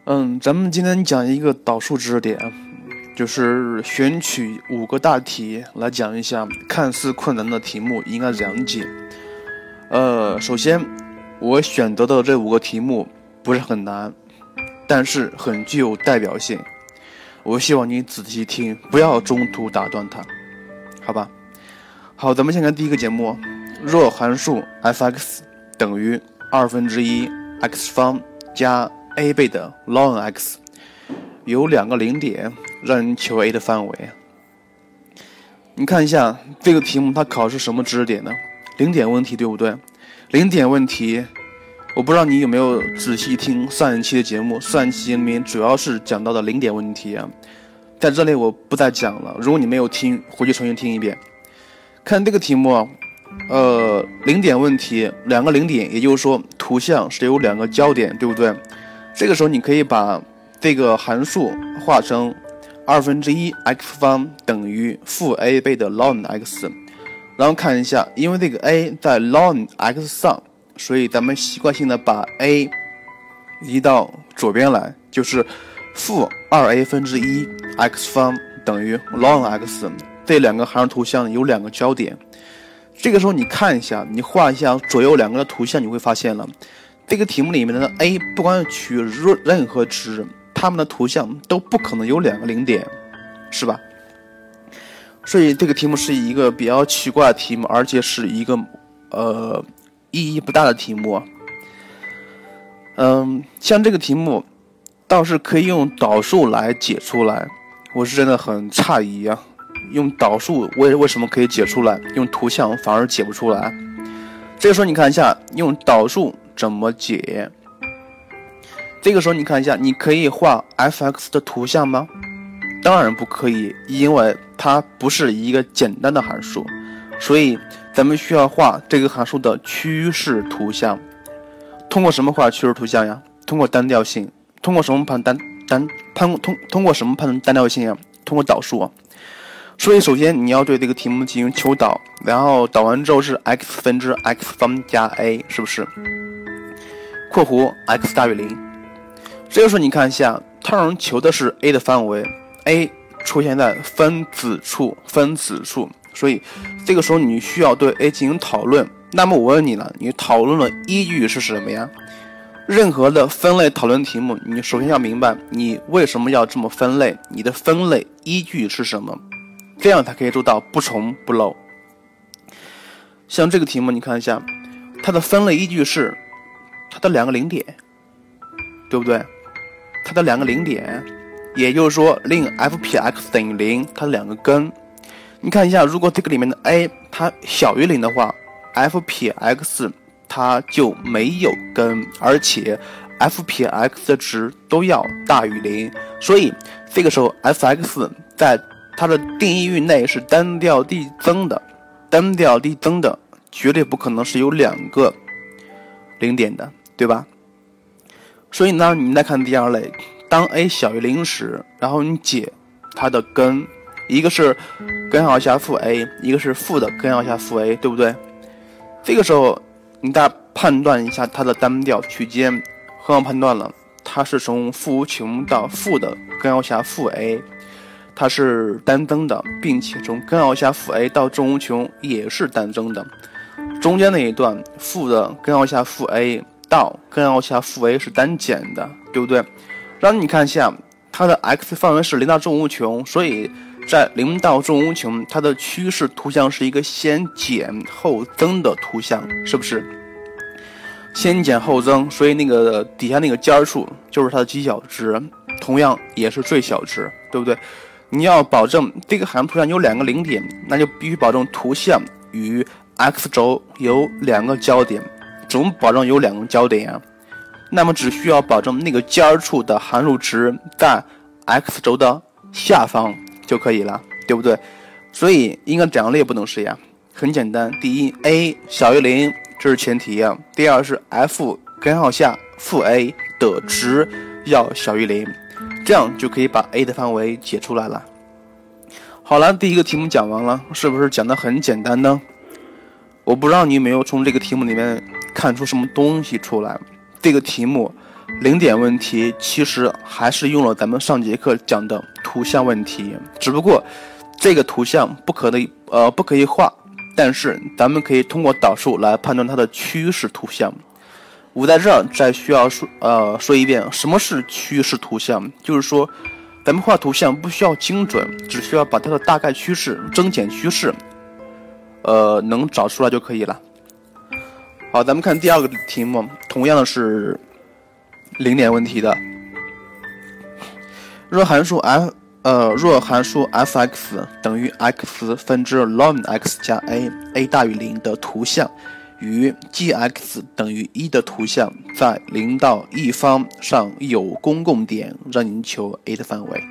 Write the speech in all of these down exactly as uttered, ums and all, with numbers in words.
嗯，咱们今天讲一个导数知识点，就是选取五个大题来讲一下看似困难的题目应该怎样解。呃，首先我选择的这五个题目不是很难，但是很具有代表性。我希望你仔细听，不要中途打断它，好吧？好，咱们先看第一个节目，若函数 f(x) 等于二分之一 x 方加 a 倍的 ln x， 有两个零点，让你求 a 的范围。你看一下这个题目，它考是什么知识点呢？零点问题，对不对？零点问题，我不知道你有没有仔细听上一期的节目，上一期里面主要是讲到的零点问题啊，在这里我不再讲了。如果你没有听，回去重新听一遍。看这个题目，呃，零点问题，两个零点，也就是说图像是有两个焦点，对不对？这个时候你可以把这个函数化成二分之一 x 方等于负 a 倍的 ln x， 然后看一下，因为这个 a 在 ln x 上，所以咱们习惯性的把 a 移到左边来，就是负 二 a 分之一 x 方等于 ln x， 这两个函数图像有两个焦点。这个时候你看一下，你画一下左右两个的图像，你会发现了这个题目里面的 a 不管是取任何值，它们的图像都不可能有两个零点，是吧？所以这个题目是一个比较奇怪的题目，而且是一个呃意义不大的题目。嗯，像这个题目倒是可以用导数来解出来，我是真的很诧异啊！用导数为为什么可以解出来，用图像反而解不出来？这个时候你看一下，用导数怎么解？这个时候你看一下，你可以画 f(x) 的图像吗？当然不可以，因为它不是一个简单的函数，所以咱们需要画这个函数的趋势图像。通过什么画趋势图像呀？通过单调性。通过什么判单单通通通过什么判断单调性呀？通过导数啊。所以首先你要对这个题目进行求导，然后导完之后是 x 分之 x 方加 a， 是不是？括弧 x 大于零。这个时候你看一下，它让人求的是 a 的范围 ，a 出现在分子处，分子处，所以这个时候你需要对 a 进行讨论。那么我问你了，你讨论的依据是什么呀？任何的分类讨论题目，你首先要明白你为什么要这么分类，你的分类依据是什么，这样才可以做到不重不漏。像这个题目你看一下，它的分类依据是它的两个零点，对不对？它的两个零点，也就是说令 f 撇 x 等于零，它的两个根。你看一下，如果这个里面的 a 它小于零的话， f 撇 x 它就没有根，而且 f 撇 x 的值都要大于零，所以这个时候 f(x) 在它的定义域内是单调递增的，单调递增的绝对不可能是有两个零点的，对吧？所以呢，你再看第二类，当 a 小于零时，然后你解它的根，一个是根号下负 a， 一个是负的根号下负 a， 对不对？这个时候你大家判断一下它的单调区间，很好判断了，它是从负无穷到负的根号下负 a， 它是单增的，并且从根号下负 a 到正无穷也是单增的，中间那一段负的根号下负 a 到根号下负 a 是单减的，对不对？让你看一下它的 x 范围是零到正无穷，所以在零到正无穷，它的趋势图像是一个先减后增的图像，是不是？先减后增，所以那个底下那个尖数就是它的极小值，同样也是最小值，对不对？你要保证这个函数图像有两个零点，那就必须保证图像与 x 轴有两个焦点。怎么保证有两个焦点啊？那么只需要保证那个尖处的函数值在 x 轴的下方就可以了，对不对？所以应该两类不能是呀，很简单。第一 ，a 小于零，这是前提啊。第二是 f 根号下负 a 的值要小于零，这样就可以把 a 的范围解出来了。好了，第一个题目讲完了，是不是讲得很简单呢？我不知道你有没有从这个题目里面看出什么东西出来。这个题目零点问题其实还是用了咱们上节课讲的图像问题，只不过这个图像不可以呃不可以画，但是咱们可以通过导数来判断它的趋势图像。我在这儿再需要说呃说一遍，什么是趋势图像？就是说咱们画图像不需要精准，只需要把它的大概趋势、增减趋势呃能找出来就可以了。好，咱们看第二个题目，同样的是零点问题的。若函数 f 呃若函数 f(x) 等于 x 分之 ln x 加 a，a 大于零的图像与 g(x) 等于一的图像在零到一方上有公共点，让您求 a 的范围。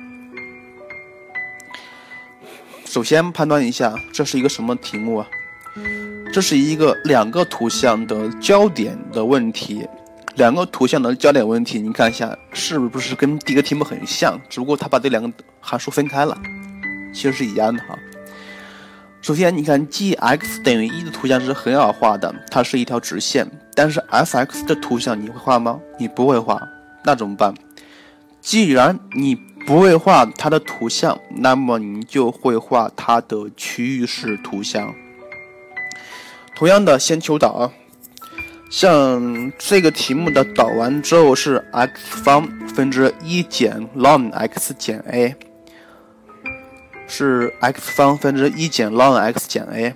首先判断一下这是一个什么题目啊？这是一个两个图像的焦点的问题。两个图像的焦点问题，你看一下是不是跟第一个题目很像，只不过它把这两个函数分开了，其实是一样的哈。首先你看 g(x) 等于一的图像是很好画的，它是一条直线，但是 f(x) 的图像你会画吗？你不会画，那怎么办？既然你不会画它的图像，那么你就会画它的趋势图像。同样的，先求导，像这个题目的导完之后是 x 方分之一减 ln x 减 a， 是 x 方分之一减 ln x 减 a。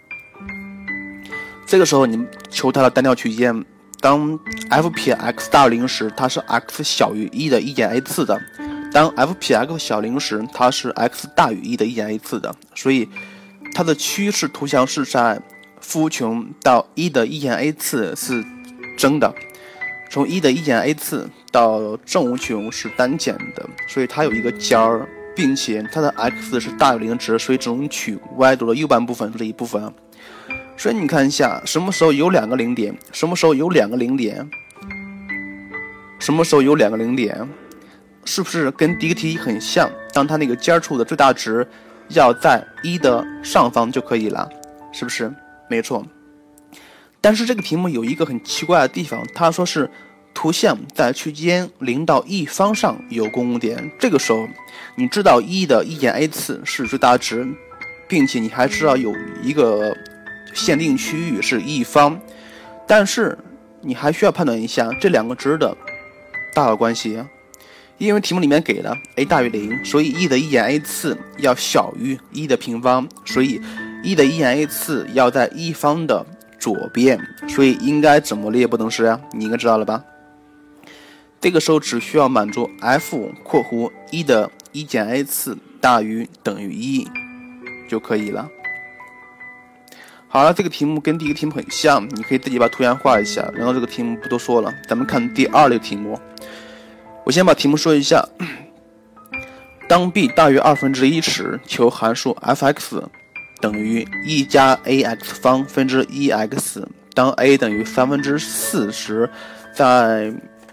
这个时候你求它的单调区间，当 f 撇 x 大于零时，它是 x 小于一的一减 a 次的；当 f 撇 x 小零时，它是 x 大于一的一减 a 次的。所以它的趋势图像是在负无穷到一的一减 a 次是正的，从一的一减 a 次到正无穷是单减的，所以它有一个尖儿，并且它的 x 是大于零值，所以只能取 y 轴的右半部分这一部分。所以你看一下，什么时候有两个零点，什么时候有两个零点，什么时候有两个零点，是不是跟第一个题很像？当它那个尖处的最大值要在一的上方就可以了，是不是？没错。但是这个题目有一个很奇怪的地方，它说是图像在区间零到一方上有公共点。这个时候你知道一的一减 a 次是最大值，并且你还知道有一个限定区域是一方，但是你还需要判断一下这两个值的大小关系。因为题目里面给了 a 大于零，所以一的一减 a 次要小于一的平方，所以一的一减 a 次要在一方的左边，所以应该怎么列不等式啊？你应该知道了吧？这个时候只需要满足 f 括弧一的一减 a 次大于等于一就可以了。好了，这个题目跟第一个题目很像，你可以自己把图样画一下，然后这个题目不多说了，咱们看第二类题目。我先把题目说一下，当 b 大于二分之一时，求函数 f(x) 等于一加 ax 方分之一 x。当 a 等于三分之四时，在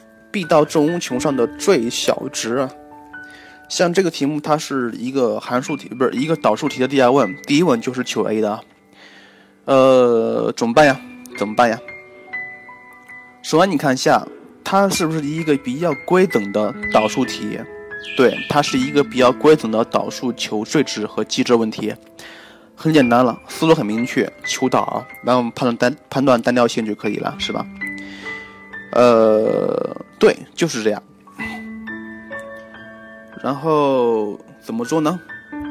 b 到正无穷上的最小值。像这个题目，它是一个函数题，不是一个导数题的第二问，第一问就是求 a 的。呃，怎么办呀？怎么办呀？首先你看一下，它是不是一个比较规整的导数题？对，它是一个比较规整的导数求最值和极值问题。很简单了，思路很明确，求导，然后判断单判断单调性就可以了，是吧？呃，对，就是这样。然后怎么做呢？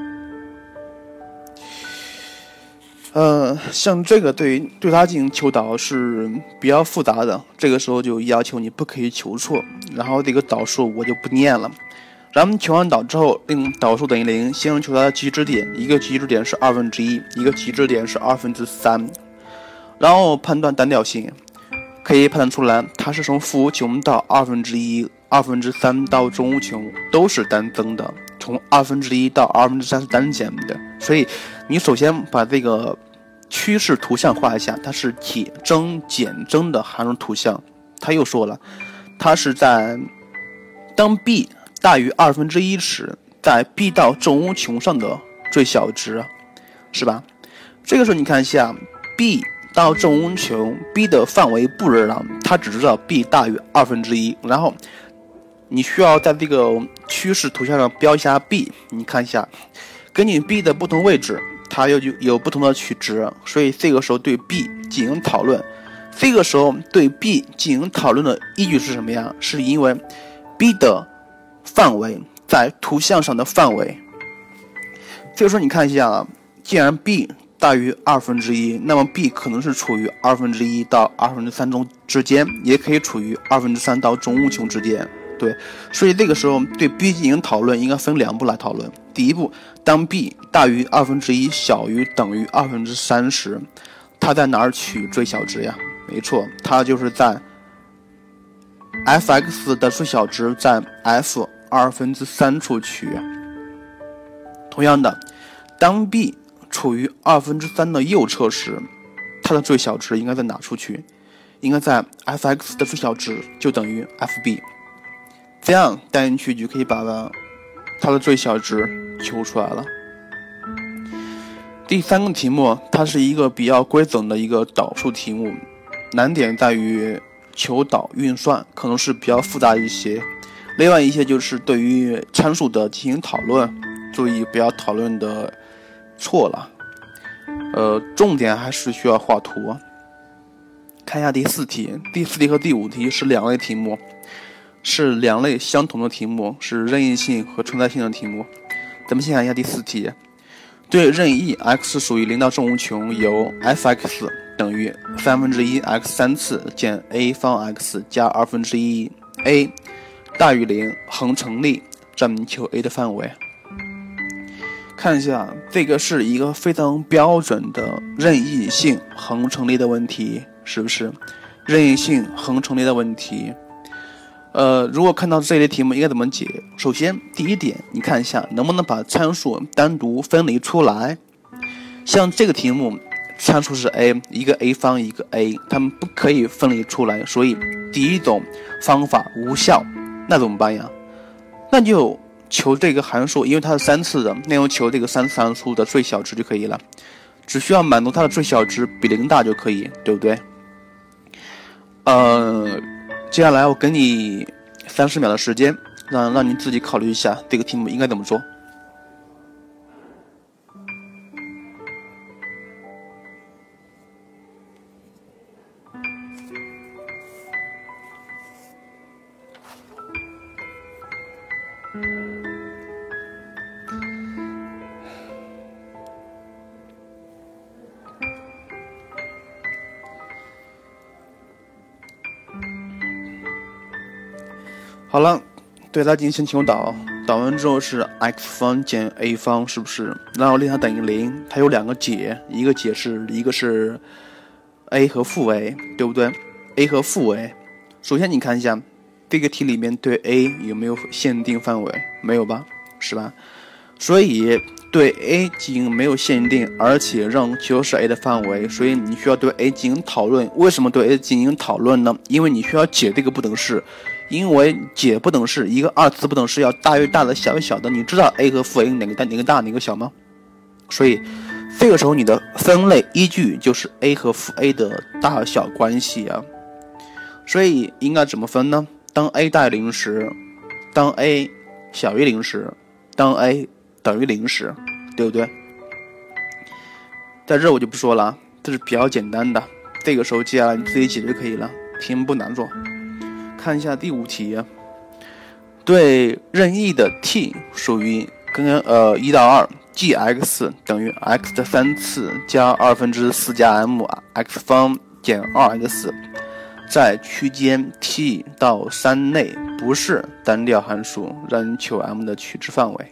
呃，像这个对于对它进行求导是比较复杂的，这个时候就要求你不可以求错，然后这个导数我就不念了。咱们求完导之后，令导数等于零，先求它的极值点，一个极值点是二分之一，一个极值点是二分之三，然后判断单调性，可以判断出来，它是从负无穷到二分之一、二分之三到正无穷都是单增的，从二分之一到二分之三是单减的，所以你首先把这个趋势图像画一下，它是解增减增的函数图像。他又说了，它是在当 b 大于二分之一时，在 b 到正无穷上的最小值，是吧？这个时候你看一下 b 到正无穷 b 的范围不知道，它只知道 b 大于二分之一，然后你需要在这个趋势图像上标一下 b， 你看一下，根据 b 的不同位置，它又有不同的取值，所以这个时候对 b 进行讨论。这个时候对 b 进行讨论的依据是什么呀？是因为 b 的范围在图像上的范围。这个时候你看一下啊，既然 b 大于二分之一，那么 b 可能是处于二分之一到二分之三中之间，也可以处于二分之三到正无穷之间。对，所以这个时候对 b 进行讨论应该分两步来讨论。第一步，当 b 大于二分之一小于等于二分之三时，它在哪儿取最小值呀？没错，它就是在 f(x) 的最小值在 f 二分之三处取。同样的，当 b 处于二分之三的右侧时，它的最小值应该在哪处取？应该在 f(x) 的最小值就等于 f(b)， 这样带进去就可以把它的最小值求出来了。第三个题目，它是一个比较规整的一个导数题目，难点在于求导运算可能是比较复杂一些，另外一些就是对于参数的进行讨论，注意不要讨论的错了，呃，重点还是需要画图。看一下第四题，第四题和第五题是两类题目，是两类相同的题目，是任意性和存在性的题目。咱们先看一下第四题，对任意 x 属于零到正无穷，由 f(x) 等于三分之一 x 三次减 a 方 x 加二分之一 a 大于零，恒成立，证明求 a 的范围。看一下，这个是一个非常标准的任意性恒成立的问题，是不是？任意性恒成立的问题。呃，如果看到这类题目应该怎么解？首先，第一点，你看一下能不能把参数单独分离出来。像这个题目，参数是 a， 一个 a 方，一个 a， 它们不可以分离出来，所以第一种方法无效。那怎么办呀？那就求这个函数，因为它是三次的，那就求这个三次函数的最小值就可以了，只需要满足它的最小值比零大就可以，对不对？呃。接下来我给你三十秒的时间，让让你自己考虑一下这个题目应该怎么做。好了，对它进行求导，导完之后是 x 方减 a 方，是不是？然后令它等于零，它有两个解，一个解是一个是 a 和负 a， 对不对 ？a 和负 a， 首先你看一下这个题里面对 a 有没有限定范围？没有吧，是吧？所以对 a 进行没有限定，而且让求是 a 的范围，所以你需要对 a 进行讨论。为什么对 a 进行讨论呢？因为你需要解这个不等式。因为解不等式，一个二次不等式要大于大的，小于小的，你知道 a 和负 a 哪个大哪个大哪个小吗？所以这个时候你的分类依据就是 a 和负 a 的大小关系啊。所以应该怎么分呢？当 a 大于零时，当 a 小于零时，当 a 等于零时，对不对？在这我就不说了，这是比较简单的，这个时候接下来你自己解就可以了，题目不难做。看一下第五题，对任意的 t 属于跟呃一到二 ，g(x) 等于 x 的三次加二分之四加 m x 方减二 x， 在区间 t 到三内不是单调函数，让你求 m 的取值范围。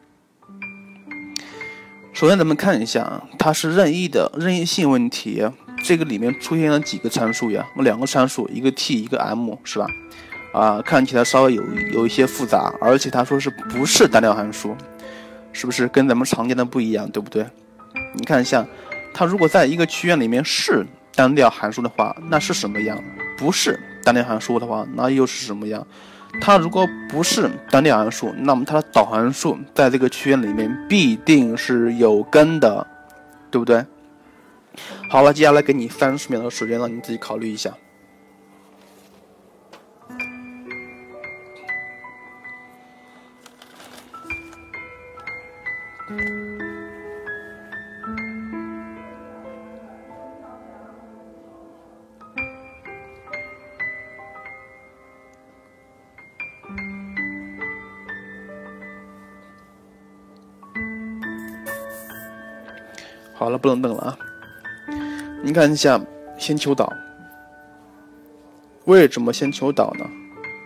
首先咱们看一下，它是任意的任意性问题，这个里面出现了几个参数呀？两个参数，一个 t 一个 m， 是吧？啊，看起来稍微有有一些复杂，而且他说是不是单调函数，是不是跟咱们常见的不一样，对不对？你看一下，它如果在一个区间里面是单调函数的话，那是什么样？不是单调函数的话，那又是什么样？它如果不是单调函数，那么它的导函数在这个区间里面必定是有根的，对不对？ 好了，接下来给你三十秒的时间，让你自己考虑一下。好了，不能等了啊！你看一下，先求导。为什么先求导呢？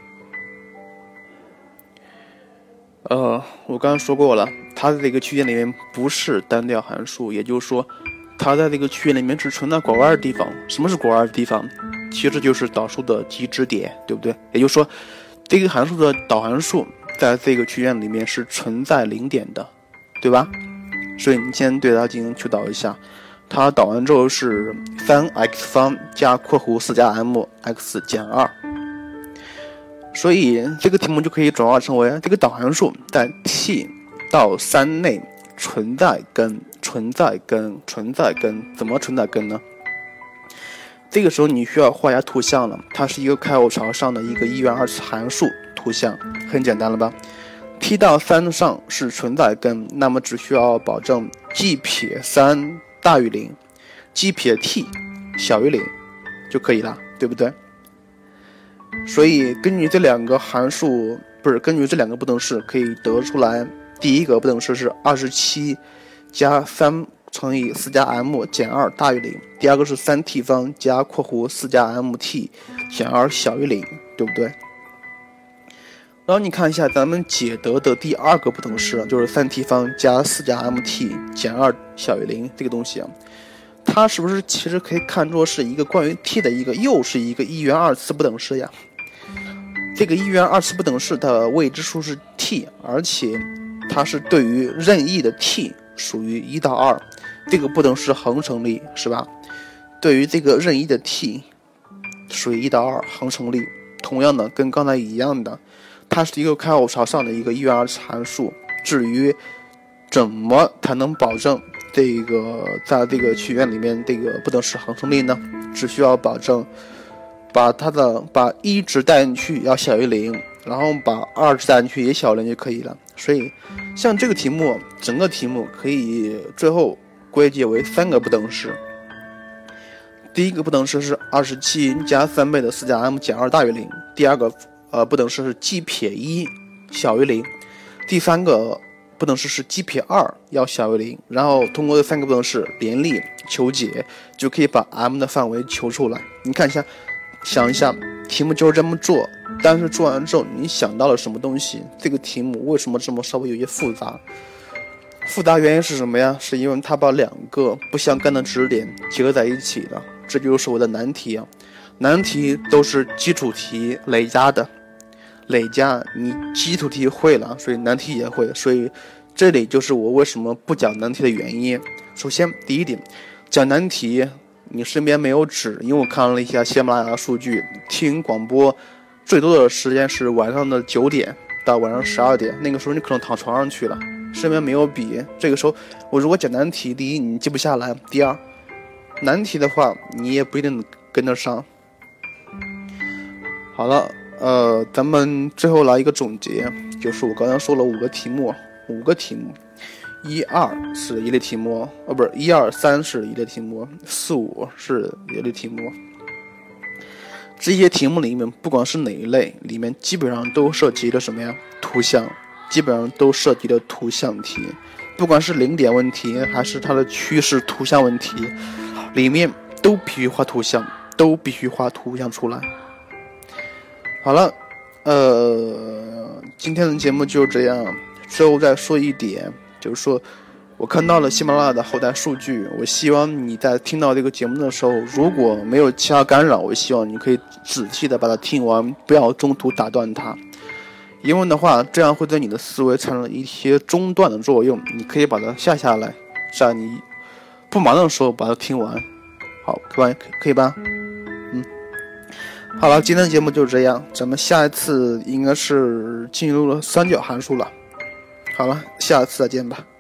呃，我刚刚说过了，它在这个区间里面不是单调函数，也就是说，它在这个区间里面只存在拐弯的地方。什么是拐弯的地方？其实就是导数的极值点，对不对？也就是说，这个函数的导函数在这个区间里面是存在零点的，对吧？所以你先对它进行求导一下，它导完之后是 三 x 方加括弧四加 m x 减二，所以这个题目就可以转化成为这个导函数在 t 到三内存在根、存在根、存在根，怎么存在根呢？这个时候你需要画一下图像了，它是一个开口朝上的一个一元二次函数图像，很简单了吧？t 到三上是存在根，那么只需要保证 g 撇三大于零 ，g 撇 t 小于零就可以了，对不对？所以根据这两个函数，不是根据这两个不等式，可以得出来，第一个不等式是二十七加三乘以四加 m 减二大于零，第二个是 三 t 方加括弧四加 mt 减二小于零，对不对？然后你看一下咱们解得的第二个不等式，就是 三 t 方加四加 mt 减二小于零这个东西啊，它是不是其实可以看作是一个关于 t 的一个又是一个一元二次不等式呀？这个一元二次不等式的未知数是 t， 而且它是对于任意的 t 属于一到二，这个不等式恒成立，是吧？对于这个任意的 t 属于一到二恒成立，同样的跟刚才一样的，它是一个开口朝上的一个一元二次函数。至于怎么才能保证这个在这个区间里面这个不等式恒成立呢？只需要保证把它的把一值带进去要小于零，然后把二值带进去也小于零就可以了。所以像这个题目，整个题目可以最后归结为三个不等式。第一个不等式是二十七加三倍的四加 m 减二大于零，第二个呃不等式是 g 撇一小于零，第三个不等式是 g 撇二要小于零，然后通过这三个不等式联立求解，就可以把 m 的范围求出来。你看一下，想一下，题目就是这么做，但是做完之后你想到了什么东西？这个题目为什么这么稍微有些复杂？复杂原因是什么呀？是因为它把两个不相干的知识点结合在一起了，这就是所谓的难题啊。难题都是基础题累加的，累加你基础题会了，所以难题也会，所以这里就是我为什么不讲难题的原因。首先第一点，讲难题你身边没有纸，因为我看了一下喜马拉雅的数据，听广播最多的时间是晚上的九点到晚上十二点，那个时候你可能躺床上去了，身边没有笔，这个时候我如果讲难题，第一你记不下来，第二难题的话你也不一定跟得上。好了，呃，咱们最后来一个总结，就是我刚才说了五个题目，五个题目，一二是一类题目，呃，不是一二三是一类题目，四五是一类题目。这些题目里面，不管是哪一类，里面基本上都涉及了什么呀？图像，基本上都涉及了图像题，不管是零点问题还是它的趋势图像问题，里面都必须画图像，都必须画图像出来。好了，呃，今天的节目就这样。最后再说一点，就是说我看到了喜马拉雅的后台数据，我希望你在听到这个节目的时候，如果没有其他干扰，我希望你可以仔细的把它听完，不要中途打断它，因为的话这样会对你的思维产生一些中断的作用，你可以把它下下来，在你不忙的时候把它听完。好，可以可以吧？嗯，好了，今天的节目就是这样，咱们下一次应该是进入了三角函数了。好了，下次再见吧。